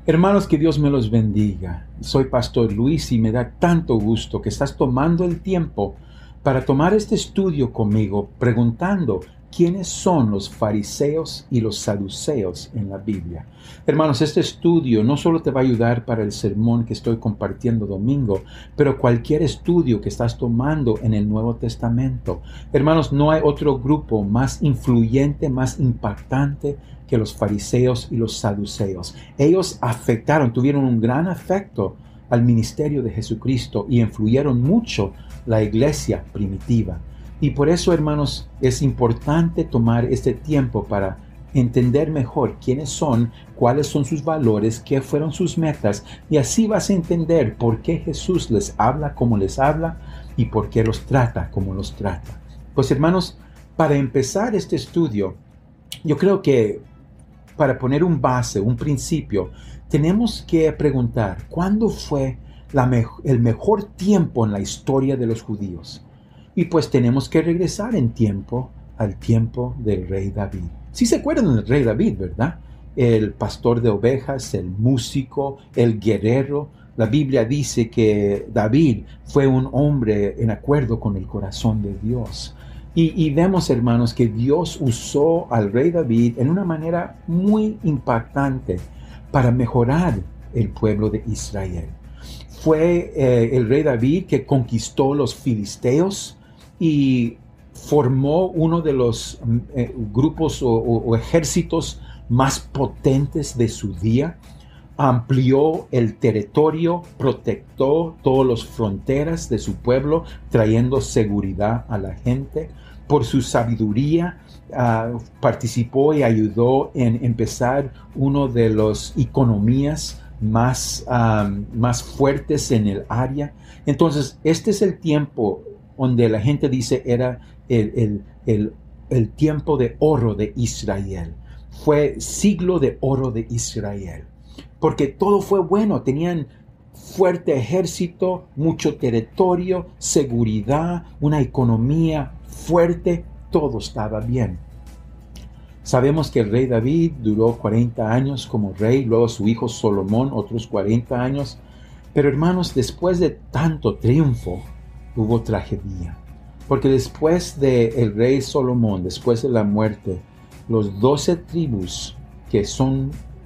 Hermanos, que Dios me los bendiga. Soy Pastor Luis y me da tanto gusto que estás tomando el tiempo para tomar este estudio conmigo, preguntando quiénes son los fariseos y los saduceos en la Biblia. Hermanos, este estudio no solo te va a ayudar para el sermón que estoy compartiendo domingo, pero cualquier estudio que estás tomando en el Nuevo Testamento. Hermanos, no hay otro grupo más influyente, más impactante que los fariseos y los saduceos. Ellos tuvieron un gran afecto al ministerio de Jesucristo y influyeron mucho la iglesia primitiva. Y por eso, hermanos, es importante tomar este tiempo para entender mejor quiénes son, cuáles son sus valores, qué fueron sus metas, y así vas a entender por qué Jesús les habla como les habla y por qué los trata como los trata. Pues, hermanos, para empezar este estudio, yo creo que para poner un principio, tenemos que preguntar, ¿cuándo fue el mejor tiempo en la historia de los judíos? Y pues tenemos que regresar al tiempo del rey David. Sí se acuerdan del rey David, ¿verdad? El pastor de ovejas, el músico, el guerrero. La Biblia dice que David fue un hombre en acuerdo con el corazón de Dios. Y vemos, hermanos, que Dios usó al rey David en una manera muy impactante para mejorar el pueblo de Israel. Fue el rey David que conquistó los filisteos y formó uno de los grupos o ejércitos más potentes de su día. Amplió el territorio, protectó todas las fronteras de su pueblo, trayendo seguridad a la gente. Por su sabiduría, participó y ayudó en empezar una de las economías más fuertes en el área. Entonces, este es el tiempo donde la gente dice era el tiempo de oro de Israel. Fue siglo de oro de Israel. Porque todo fue bueno, tenían fuerte ejército, mucho territorio, seguridad, una economía fuerte, todo estaba bien. Sabemos que el rey David duró 40 años como rey, luego su hijo Salomón otros 40 años. Pero hermanos, después de tanto triunfo, hubo tragedia. Porque después del rey Salomón, después de la muerte, los 12 tribus que son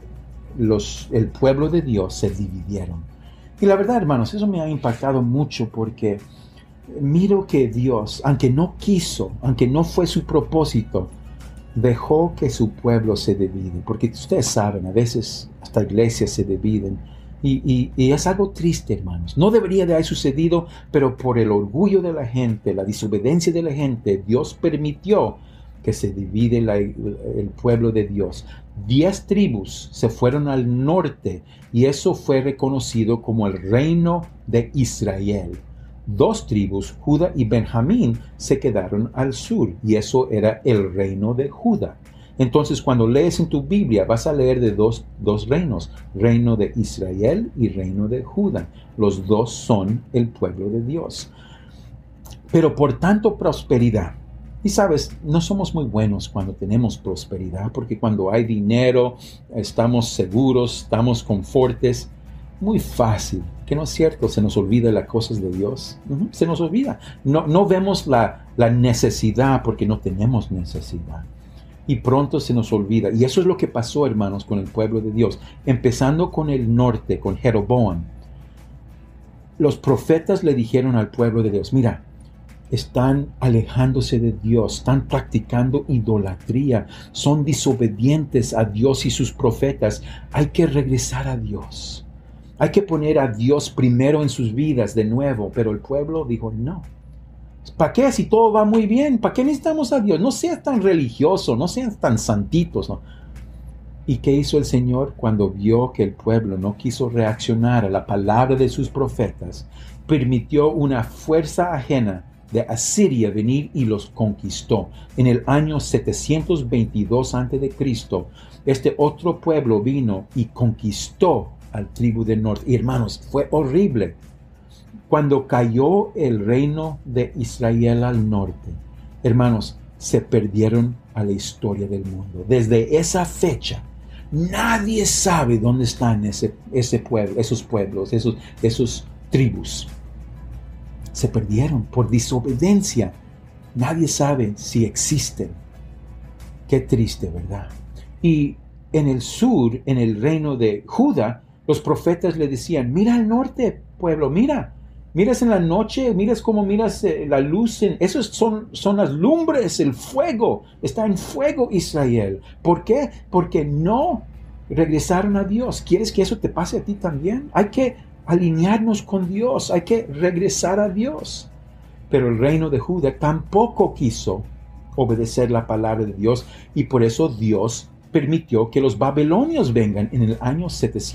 el pueblo de Dios se dividieron. Y la verdad, hermanos, eso me ha impactado mucho porque miro que Dios, aunque no quiso, aunque no fue su propósito, dejó que su pueblo se divide. Porque ustedes saben, a veces hasta iglesias se dividen. Y es algo triste, hermanos. No debería de haber sucedido, pero por el orgullo de la gente, la desobediencia de la gente, Dios permitió que se divide el pueblo de Dios. 10 tribus se fueron al norte y eso fue reconocido como el reino de Israel. 2 tribus, Judá y Benjamín, se quedaron al sur y eso era el reino de Judá. Entonces, cuando lees en tu Biblia, vas a leer de dos reinos, reino de Israel y reino de Judá. Los dos son el pueblo de Dios. Pero por tanto prosperidad, y sabes, no somos muy buenos cuando tenemos prosperidad, porque cuando hay dinero, estamos seguros, estamos confortes, muy fácil, que no es cierto, se nos olvida las cosas de Dios, se nos olvida. No vemos la necesidad porque no tenemos necesidad. Y pronto se nos olvida. Y eso es lo que pasó, hermanos, con el pueblo de Dios. Empezando con el norte, con Jeroboam. Los profetas le dijeron al pueblo de Dios, mira, están alejándose de Dios, están practicando idolatría, son desobedientes a Dios y sus profetas. Hay que regresar a Dios. Hay que poner a Dios primero en sus vidas de nuevo. Pero el pueblo dijo, no. ¿Para qué? Si todo va muy bien, ¿para qué necesitamos a Dios? No seas tan religioso, no seas tan santitos, ¿no? ¿Y qué hizo el Señor cuando vio que el pueblo no quiso reaccionar a la palabra de sus profetas? Permitió una fuerza ajena de Asiria venir y los conquistó. En el año 722 a.C., este otro pueblo vino y conquistó al tribu del norte. Y hermanos, fue horrible. Cuando cayó el reino de Israel al norte, hermanos, se perdieron a la historia del mundo. Desde esa fecha, Nadie sabe dónde están ese pueblo, esos pueblos, esos tribus. Se perdieron por desobediencia. Nadie sabe si existen. Qué triste, ¿verdad? Y en el sur, en el reino de Judá, los profetas le decían, mira al norte, pueblo, mira. Miras en la noche, miras cómo miras la luz. Esos son las lumbres, el fuego. Está en fuego Israel. ¿Por qué? Porque no regresaron a Dios. ¿Quieres que eso te pase a ti también? Hay que alinearnos con Dios. Hay que regresar a Dios. Pero el reino de Judá tampoco quiso obedecer la palabra de Dios. Y por eso Dios permitió que los babilonios vengan en el año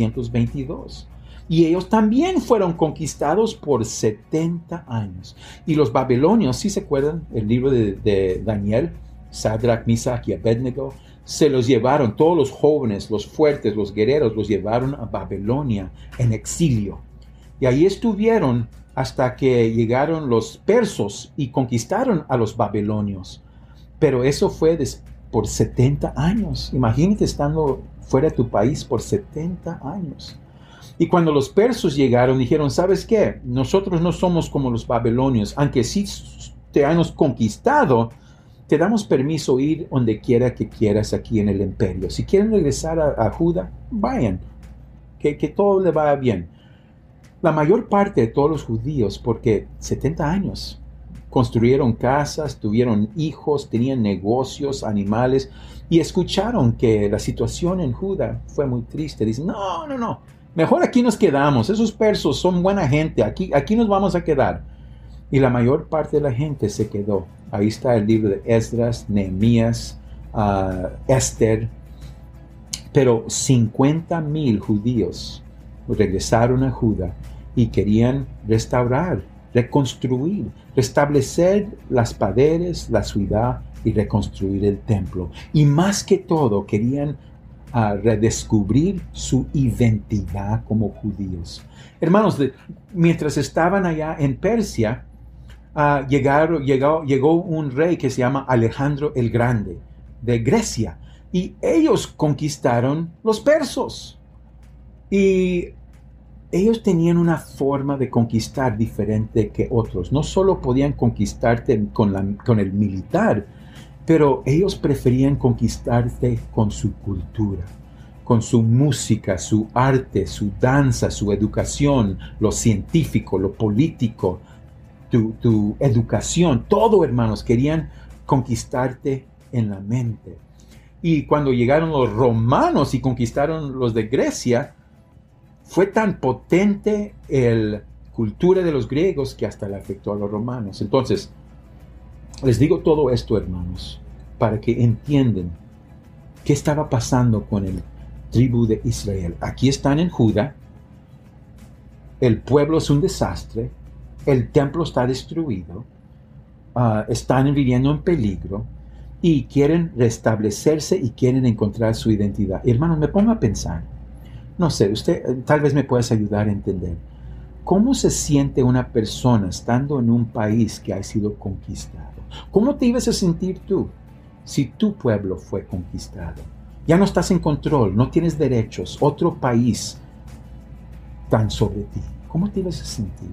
722. Y ellos también fueron conquistados por 70 años. Y los babilonios, si se acuerdan, el libro de Daniel, Sadrach, Misach y Abednego, se los llevaron, todos los jóvenes, los fuertes, los guerreros, los llevaron a Babilonia en exilio. Y ahí estuvieron hasta que llegaron los persos y conquistaron a los babilonios. Pero eso fue por 70 años. Imagínate estando fuera de tu país por 70 años. Y cuando los persos llegaron, dijeron, ¿sabes qué? Nosotros no somos como los babilonios. Aunque sí te hemos conquistado, te damos permiso ir donde quiera que quieras aquí en el imperio. Si quieren regresar a Judá, vayan. Que todo le vaya bien. La mayor parte de todos los judíos, porque 70 años, construyeron casas, tuvieron hijos, tenían negocios, animales, y escucharon que la situación en Judá fue muy triste. Dicen, no. Mejor aquí nos quedamos. Esos persos son buena gente. Aquí nos vamos a quedar. Y la mayor parte de la gente se quedó. Ahí está el libro de Esdras, Nehemías, Esther. Pero 50,000 judíos regresaron a Judá y querían restaurar, reconstruir, restablecer las paredes, la ciudad y reconstruir el templo. Y más que todo querían a redescubrir su identidad como judíos. Hermanos, mientras estaban allá en Persia, llegó un rey que se llama Alejandro el Grande, de Grecia, y ellos conquistaron los persos. Y ellos tenían una forma de conquistar diferente que otros. No solo podían conquistarte con el militar, pero ellos preferían conquistarte con su cultura, con su música, su arte, su danza, su educación, lo científico, lo político, tu educación. Todo, hermanos, querían conquistarte en la mente. Y cuando llegaron los romanos y conquistaron los de Grecia, fue tan potente la cultura de los griegos que hasta le afectó a los romanos. Entonces, les digo todo esto, hermanos, para que entiendan qué estaba pasando con el tribu de Israel. Aquí están en Judá, el pueblo es un desastre, el templo está destruido, están viviendo en peligro y quieren restablecerse y quieren encontrar su identidad. Hermanos, me pongo a pensar, no sé, usted tal vez me pueda ayudar a entender. ¿Cómo se siente una persona estando en un país que ha sido conquistado? ¿Cómo te ibas a sentir tú si tu pueblo fue conquistado? Ya no estás en control, no tienes derechos, otro país está sobre ti. ¿Cómo te ibas a sentir?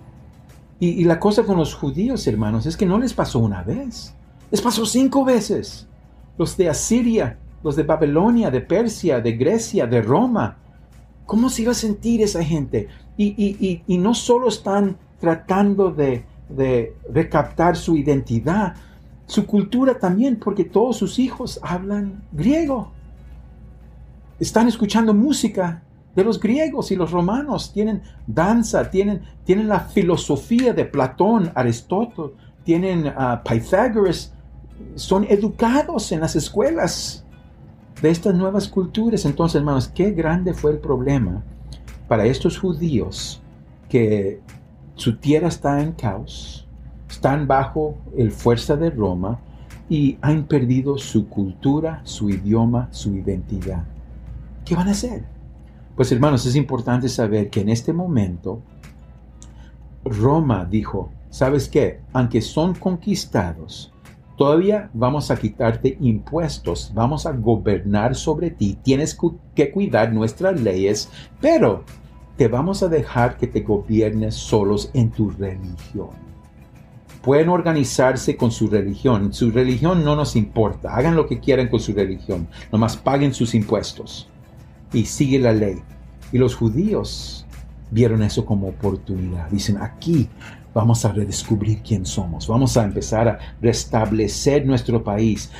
Y la cosa con los judíos, hermanos, es que no les pasó una vez, les pasó 5 veces. Los de Asiria, los de Babilonia, de Persia, de Grecia, de Roma. ¿Cómo se iba a sentir esa gente? Y no solo están tratando de recaptar su identidad, su cultura también, porque todos sus hijos hablan griego. Están escuchando música de los griegos y los romanos. Tienen danza, tienen la filosofía de Platón, Aristóteles, tienen Pitágoras. Son educados en las escuelas de estas nuevas culturas. Entonces, hermanos, qué grande fue el problema para estos judíos que su tierra está en caos, están bajo la fuerza de Roma y han perdido su cultura, su idioma, su identidad. ¿Qué van a hacer? Pues, hermanos, es importante saber que en este momento Roma dijo, ¿sabes qué? Aunque son conquistados, todavía vamos a quitarte impuestos, vamos a gobernar sobre ti, tienes que cuidar nuestras leyes, pero te vamos a dejar que te gobiernes solos en tu religión. Pueden organizarse con su religión no nos importa, hagan lo que quieran con su religión, nomás paguen sus impuestos y sigue la ley. Y los judíos vieron eso como oportunidad, dicen aquí vamos a redescubrir quién somos, vamos a empezar a restablecer nuestro país.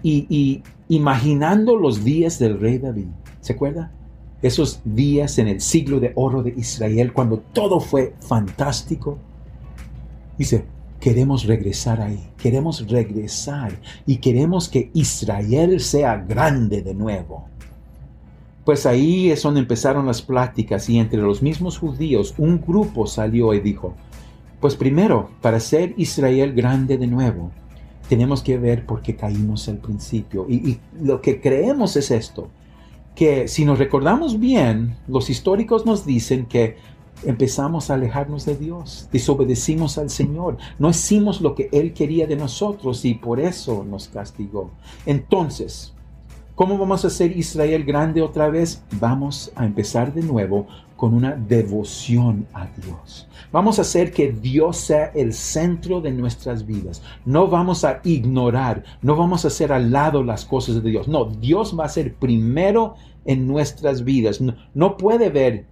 Y imaginando los días del rey David, ¿se acuerda? Esos días en el siglo de oro de Israel, cuando todo fue fantástico. Dice, queremos regresar ahí, queremos regresar y queremos que Israel sea grande de nuevo. Pues ahí es donde empezaron las pláticas y entre los mismos judíos un grupo salió y dijo, pues primero, para ser Israel grande de nuevo, tenemos que ver por qué caímos al principio. Y lo que creemos es esto, que si nos recordamos bien, los históricos nos dicen que empezamos a alejarnos de Dios, desobedecimos al Señor, no hicimos lo que Él quería de nosotros y por eso nos castigó. Entonces, ¿cómo vamos a hacer Israel grande otra vez? Vamos a empezar de nuevo con una devoción a Dios. Vamos a hacer que Dios sea el centro de nuestras vidas. No vamos a ignorar, no vamos a hacer al lado las cosas de Dios. No, Dios va a ser primero en nuestras vidas. No puede haber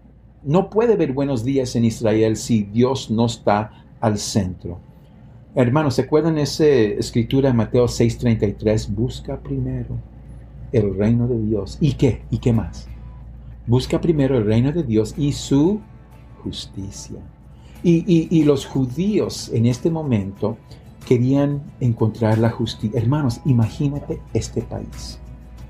buenos días en Israel si Dios no está al centro. Hermanos, ¿se acuerdan esa escritura en Mateo 6:33? Busca primero el reino de Dios. ¿Y qué? ¿Y qué más? Busca primero el reino de Dios y su justicia. Y los judíos en este momento querían encontrar la justicia. Hermanos, imagínate este país.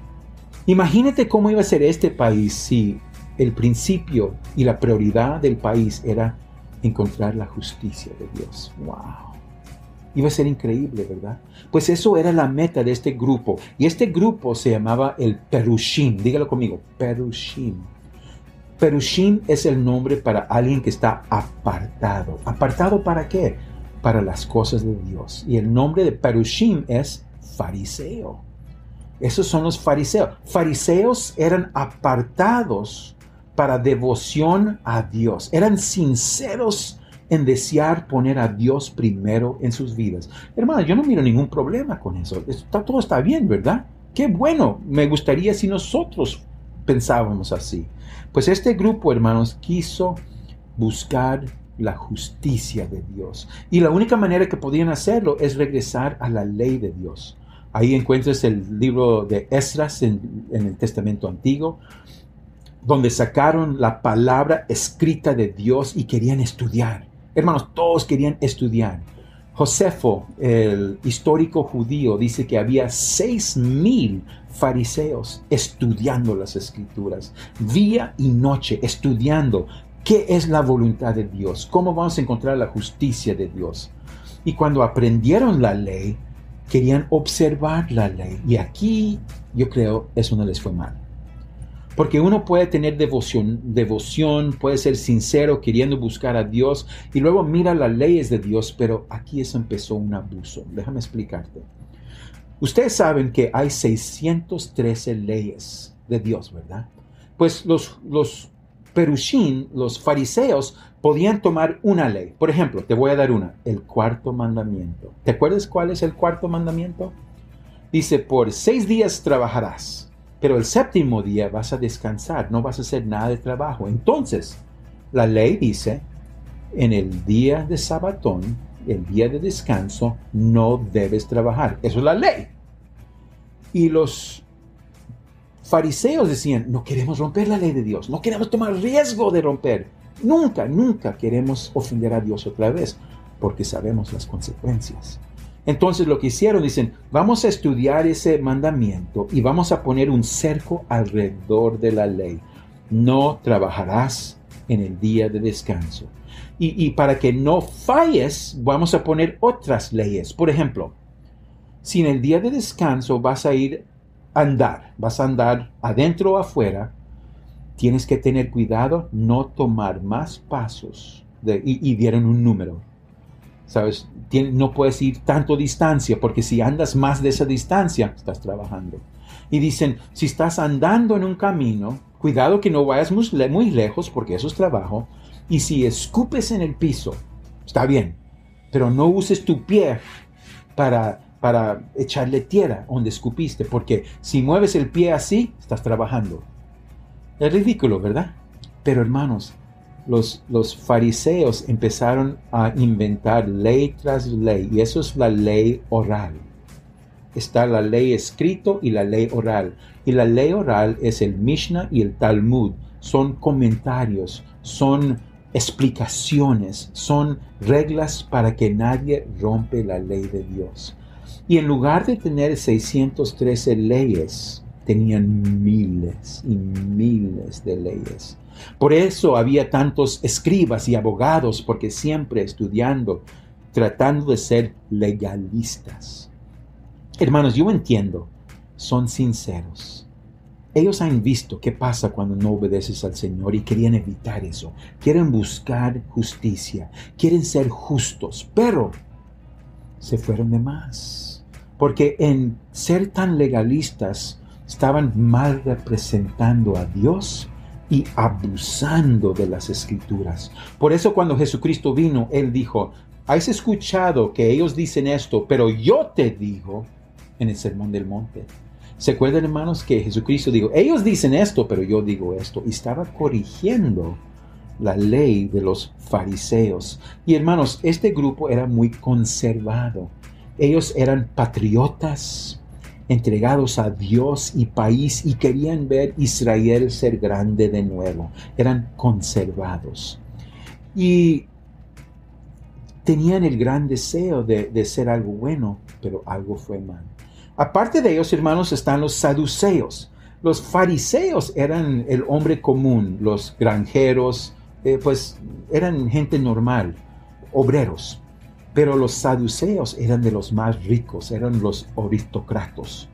Imagínate cómo iba a ser este país si el principio y la prioridad del país era encontrar la justicia de Dios. ¡Wow! Iba a ser increíble, ¿verdad? Pues eso era la meta de este grupo. Y este grupo se llamaba el Perushim. Dígalo conmigo, Perushim. Perushim es el nombre para alguien que está apartado. ¿Apartado para qué? Para las cosas de Dios. Y el nombre de Perushim es fariseo. Esos son los fariseos. Fariseos eran apartados para devoción a Dios. Eran sinceros en desear poner a Dios primero en sus vidas. Hermano, yo no miro ningún problema con eso. Todo está bien, ¿verdad? Qué bueno. Me gustaría si nosotros pensábamos así. Pues este grupo, hermanos, quiso buscar la justicia de Dios. Y la única manera que podían hacerlo es regresar a la ley de Dios. Ahí encuentras el libro de Esdras en el Testamento Antiguo, donde sacaron la palabra escrita de Dios y querían estudiar. Hermanos, todos querían estudiar. Josefo, el histórico judío, dice que había 6,000 fariseos estudiando las escrituras, día y noche, estudiando qué es la voluntad de Dios, cómo vamos a encontrar la justicia de Dios. Y cuando aprendieron la ley, querían observar la ley. Y aquí, yo creo, eso no les fue mal. Porque uno puede tener devoción, puede ser sincero queriendo buscar a Dios y luego mira las leyes de Dios, pero aquí eso empezó un abuso. Déjame explicarte. Ustedes saben que hay 613 leyes de Dios, ¿verdad? Pues los Perushim, los fariseos, podían tomar una ley. Por ejemplo, te voy a dar una, el cuarto mandamiento. ¿Te acuerdas cuál es el cuarto mandamiento? Dice, por 6 días trabajarás. Pero el séptimo día vas a descansar, no vas a hacer nada de trabajo. Entonces, la ley dice, en el día de sabatón, el día de descanso, no debes trabajar. Eso es la ley. Y los fariseos decían, no queremos romper la ley de Dios, no queremos tomar riesgo de romper. Nunca queremos ofender a Dios otra vez, porque sabemos las consecuencias. Entonces lo que hicieron, dicen, vamos a estudiar ese mandamiento y vamos a poner un cerco alrededor de la ley. No trabajarás en el día de descanso. Y para que no falles, vamos a poner otras leyes. Por ejemplo, si en el día de descanso vas a vas a andar adentro o afuera, tienes que tener cuidado, no tomar más pasos. Y dieron un número. ¿Sabes? no puedes ir tanto distancia, porque si andas más de esa distancia, estás trabajando. Y dicen, si estás andando en un camino, cuidado que no vayas muy lejos, porque eso es trabajo. Y si escupes en el piso, está bien, pero no uses tu pie para echarle tierra donde escupiste, porque si mueves el pie así, estás trabajando. Es ridículo, ¿verdad? Pero hermanos, los fariseos empezaron a inventar ley tras ley, y eso es la ley oral. Está la ley escrito y la ley oral. Y la ley oral es el Mishnah y el Talmud. Son comentarios, son explicaciones, son reglas para que nadie rompe la ley de Dios. Y en lugar de tener 613 leyes, tenían miles y miles de leyes. Por eso había tantos escribas y abogados, porque siempre estudiando, tratando de ser legalistas. Hermanos, yo entiendo, son sinceros. Ellos han visto qué pasa cuando no obedeces al Señor y querían evitar eso. Quieren buscar justicia, quieren ser justos, pero se fueron de más. Porque en ser tan legalistas estaban mal representando a Dios y abusando de las Escrituras. Por eso cuando Jesucristo vino, Él dijo, ¿has escuchado que ellos dicen esto, pero yo te digo? En el Sermón del Monte. ¿Se acuerdan, hermanos, que Jesucristo dijo, ellos dicen esto, pero yo digo esto? Y estaba corrigiendo la ley de los fariseos. Y hermanos, este grupo era muy conservado. Ellos eran patriotas, entregados a Dios y país, y querían ver Israel ser grande de nuevo. Eran conservados. Y tenían el gran deseo de ser algo bueno, pero algo fue mal. Aparte de ellos, hermanos, están los saduceos. Los fariseos eran el hombre común, los granjeros, pues eran gente normal, obreros. Pero los saduceos eran de los más ricos, eran los aristócratas.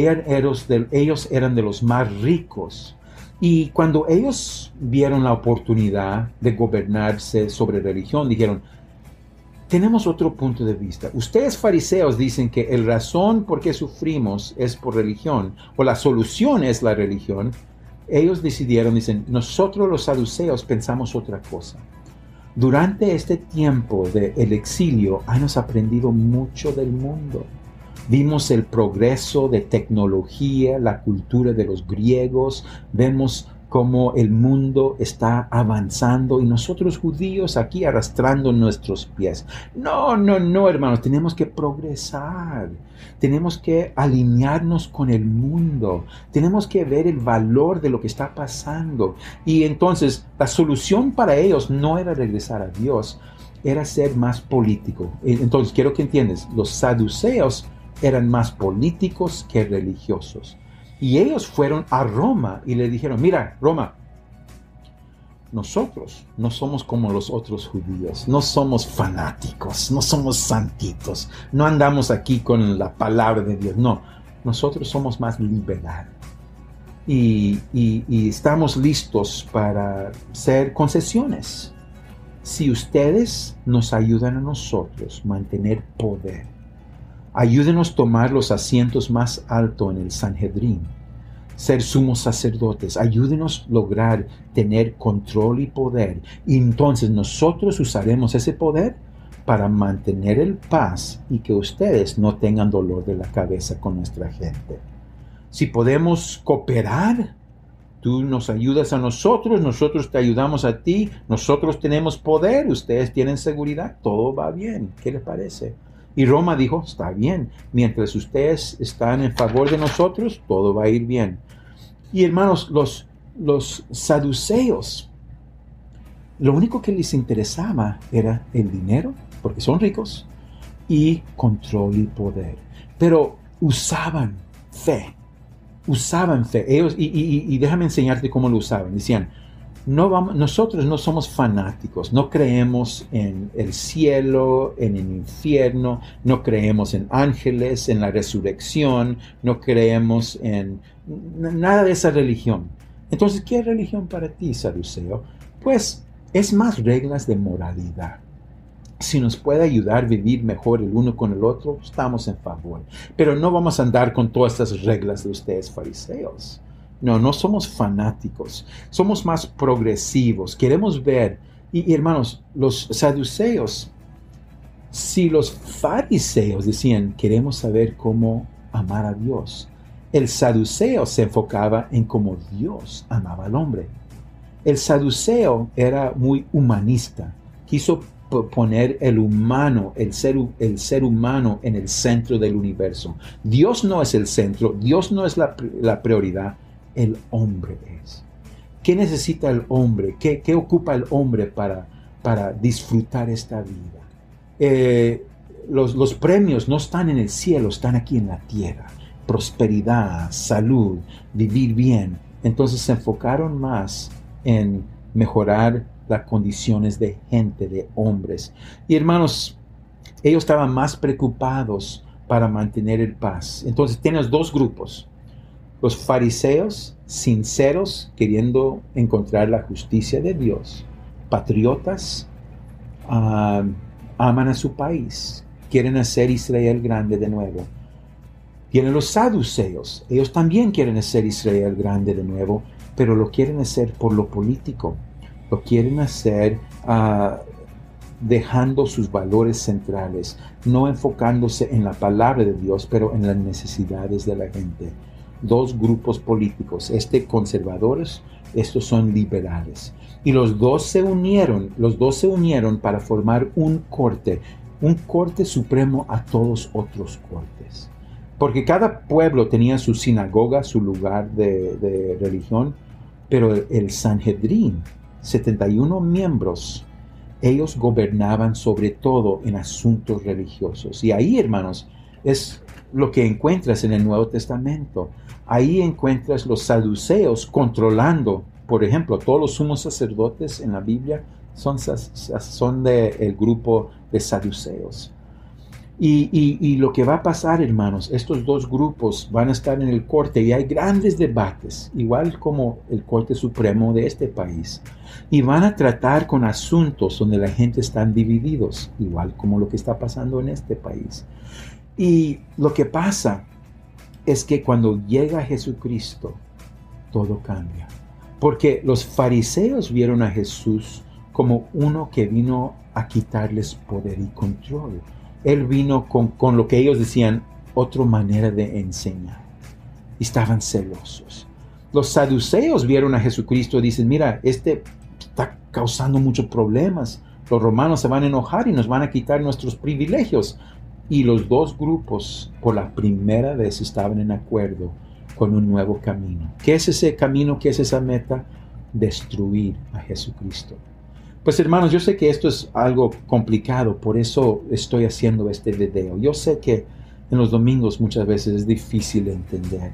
Ellos eran de los más ricos. Y cuando ellos vieron la oportunidad de gobernarse sobre religión, dijeron, tenemos otro punto de vista. Ustedes fariseos dicen que la razón por qué sufrimos es por religión, o la solución es la religión. Ellos dicen, nosotros los saduceos pensamos otra cosa. Durante este tiempo del exilio, hemos aprendido mucho del mundo. Vimos el progreso de tecnología, la cultura de los griegos, vemos cómo el mundo está avanzando y nosotros judíos aquí arrastrando nuestros pies. No, hermanos, tenemos que progresar, tenemos que alinearnos con el mundo, tenemos que ver el valor de lo que está pasando. Y entonces la solución para ellos no era regresar a Dios, era ser más político. Entonces quiero que entiendas, los saduceos eran más políticos que religiosos. Y ellos fueron a Roma y le dijeron, mira, Roma, nosotros no somos como los otros judíos, no somos fanáticos, no somos santitos, no andamos aquí con la palabra de Dios, no, nosotros somos más liberales. Y estamos listos para hacer concesiones. Si ustedes nos ayudan a nosotros a mantener poder, ayúdenos a tomar los asientos más altos en el Sanhedrín, ser sumos sacerdotes, ayúdenos a lograr tener control y poder. Y entonces nosotros usaremos ese poder para mantener el paz y que ustedes no tengan dolor de la cabeza con nuestra gente. Si podemos cooperar, tú nos ayudas a nosotros te ayudamos a ti, nosotros tenemos poder, ustedes tienen seguridad, todo va bien. ¿Qué les parece? Y Roma dijo, está bien, mientras ustedes están en favor de nosotros, todo va a ir bien. Y hermanos, los saduceos, lo único que les interesaba era el dinero, porque son ricos, y control y poder. Pero usaban fe. Ellos, y déjame enseñarte cómo lo usaban. Decían, nosotros no somos fanáticos, no creemos en el cielo, en el infierno, no creemos en ángeles, en la resurrección, no creemos en nada de esa religión. Entonces, ¿qué es religión para ti, saduceo? Pues es más reglas de moralidad. si nos puede ayudar a vivir mejor el uno con el otro, estamos en favor. Pero no vamos a andar con todas estas reglas de ustedes, fariseos. No, no somos fanáticos. Somos más progresivos. Queremos ver. Y hermanos, los saduceos, si los fariseos decían, queremos saber cómo amar a Dios, el saduceo se enfocaba en cómo Dios amaba al hombre. El saduceo era muy humanista. Quiso poner el humano, el ser humano en el centro del universo. Dios no es el centro, Dios no es la prioridad, el hombre es. ¿Qué necesita el hombre? ¿Qué ocupa el hombre para disfrutar esta vida? Los premios no están en el cielo, están aquí en la tierra. Prosperidad, salud, vivir bien. Entonces se enfocaron más en mejorar las condiciones de gente, de hombres. Y hermanos, ellos estaban más preocupados para mantener el paz. Entonces tienes dos grupos. Los fariseos, sinceros, queriendo encontrar la justicia de Dios. Patriotas, aman a su país, quieren hacer Israel grande de nuevo. Tienen los saduceos, ellos también quieren hacer Israel grande de nuevo, pero lo quieren hacer por lo político. Lo quieren hacer dejando sus valores centrales, no enfocándose en la palabra de Dios, pero en las necesidades de la gente. Dos grupos políticos, conservadores, estos son liberales. Y los dos se unieron para formar un corte supremo a todos otros cortes. Porque cada pueblo tenía su sinagoga, su lugar de religión, pero el Sanhedrín, 71 miembros, ellos gobernaban sobre todo en asuntos religiosos. Y ahí, hermanos, es lo que encuentras en el Nuevo Testamento. Ahí encuentras los saduceos controlando, por ejemplo, todos los sumos sacerdotes en la Biblia son del grupo de saduceos. Y lo que va a pasar, hermanos, estos dos grupos van a estar en el corte y hay grandes debates, igual como el Corte Supremo de este país. Y van a tratar con asuntos donde la gente está divididos, igual como lo que está pasando en este país. Y lo que pasa es que cuando llega Jesucristo, todo cambia. Porque los fariseos vieron a Jesús como uno que vino a quitarles poder y control. Él vino con lo que ellos decían, otra manera de enseñar. Y estaban celosos. Los saduceos vieron a Jesucristo y dicen, mira, está causando muchos problemas. Los romanos se van a enojar y nos van a quitar nuestros privilegios. Y los dos grupos, por la primera vez, estaban en acuerdo con un nuevo camino. ¿Qué es ese camino? ¿Qué es esa meta? Destruir a Jesucristo. Pues hermanos, yo sé que esto es algo complicado, por eso estoy haciendo este video. Yo sé que en los domingos muchas veces es difícil de entender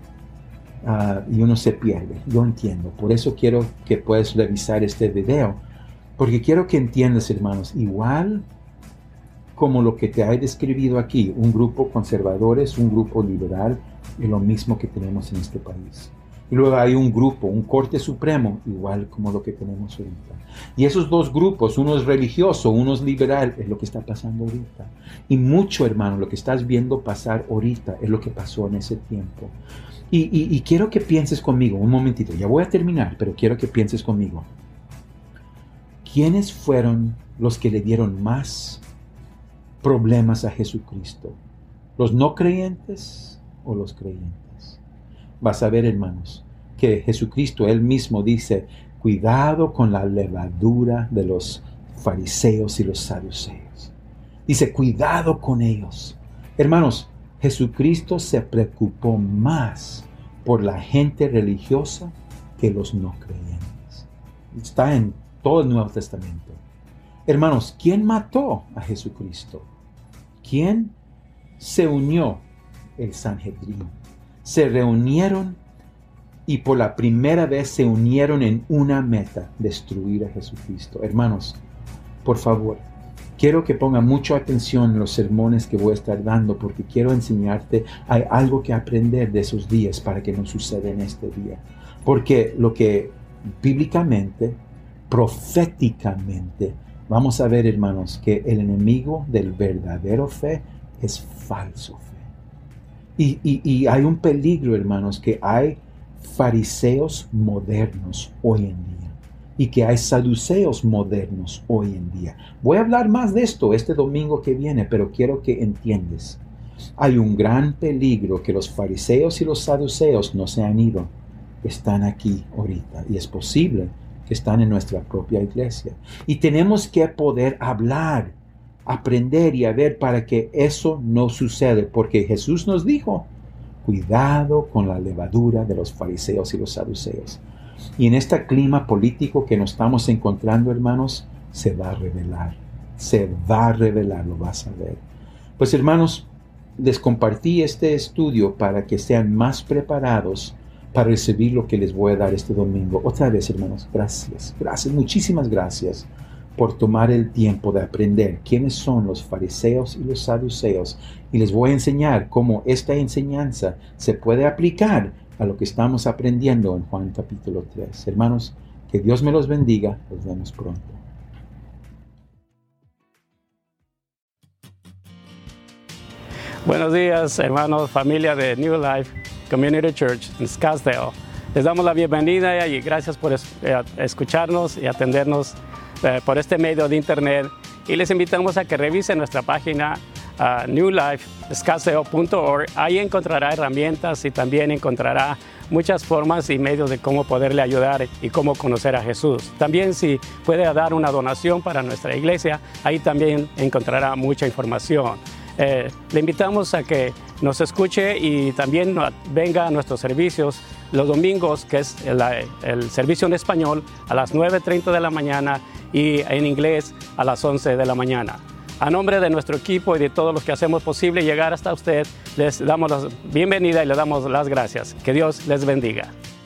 y uno se pierde. Yo entiendo, por eso quiero que puedas revisar este video, porque quiero que entiendas, hermanos, igual como lo que te he descrito aquí, un grupo conservadores, un grupo liberal, es lo mismo que tenemos en este país. Y luego hay un grupo, un corte supremo, igual como lo que tenemos ahorita. Y esos dos grupos, uno es religioso, uno es liberal, es lo que está pasando ahorita. Y mucho, hermano, lo que estás viendo pasar ahorita es lo que pasó en ese tiempo. Y quiero que pienses conmigo, un momentito, ya voy a terminar, pero quiero que pienses conmigo. ¿Quiénes fueron los que le dieron más problemas a Jesucristo? ¿Los no creyentes o los creyentes? Vas a ver, hermanos, que Jesucristo él mismo dice, cuidado con la levadura de los fariseos y los saduceos. Dice, cuidado con ellos. Hermanos, Jesucristo se preocupó más por la gente religiosa que los no creyentes. Está en todo el Nuevo Testamento. Hermanos, ¿quién mató a Jesucristo? ¿Quién se unió? El Sanhedrín. Se reunieron y por la primera vez se unieron en una meta, destruir a Jesucristo. Hermanos, por favor, quiero que ponga mucha atención en los sermones que voy a estar dando porque quiero enseñarte, hay algo que aprender de esos días para que no suceda en este día. Porque lo que bíblicamente, proféticamente, vamos a ver, hermanos, que el enemigo del verdadero fe es falso fe. Y hay un peligro, hermanos, que hay fariseos modernos hoy en día y que hay saduceos modernos hoy en día. Voy a hablar más de esto este domingo que viene, pero quiero que entiendas. Hay un gran peligro que los fariseos y los saduceos no se han ido. Están aquí ahorita y es posible que están en nuestra propia iglesia. Y tenemos que poder hablar, aprender y a ver para que eso no suceda, porque Jesús nos dijo, cuidado con la levadura de los fariseos y los saduceos. Y en este clima político que nos estamos encontrando, hermanos, se va a revelar, lo vas a ver. Pues, hermanos, les compartí este estudio para que sean más preparados para recibir lo que les voy a dar este domingo. Otra vez, hermanos, gracias, muchísimas gracias por tomar el tiempo de aprender quiénes son los fariseos y los saduceos. Y les voy a enseñar cómo esta enseñanza se puede aplicar a lo que estamos aprendiendo en Juan capítulo 3. Hermanos, que Dios me los bendiga. Nos vemos pronto. Buenos días, hermanos, familia de New Life Community Church en Scottsdale. Les damos la bienvenida y gracias por escucharnos y atendernos por este medio de internet. Y les invitamos a que revisen nuestra página newlifescottsdale.org. Ahí encontrará herramientas y también encontrará muchas formas y medios de cómo poderle ayudar y cómo conocer a Jesús. También si puede dar una donación para nuestra iglesia, ahí también encontrará mucha información. Le invitamos a que nos escuche y también venga a nuestros servicios los domingos, que es el servicio en español a las 9:30 de la mañana y en inglés a las 11 de la mañana. A nombre de nuestro equipo y de todos los que hacemos posible llegar hasta usted, les damos la bienvenida y le damos las gracias. Que Dios les bendiga.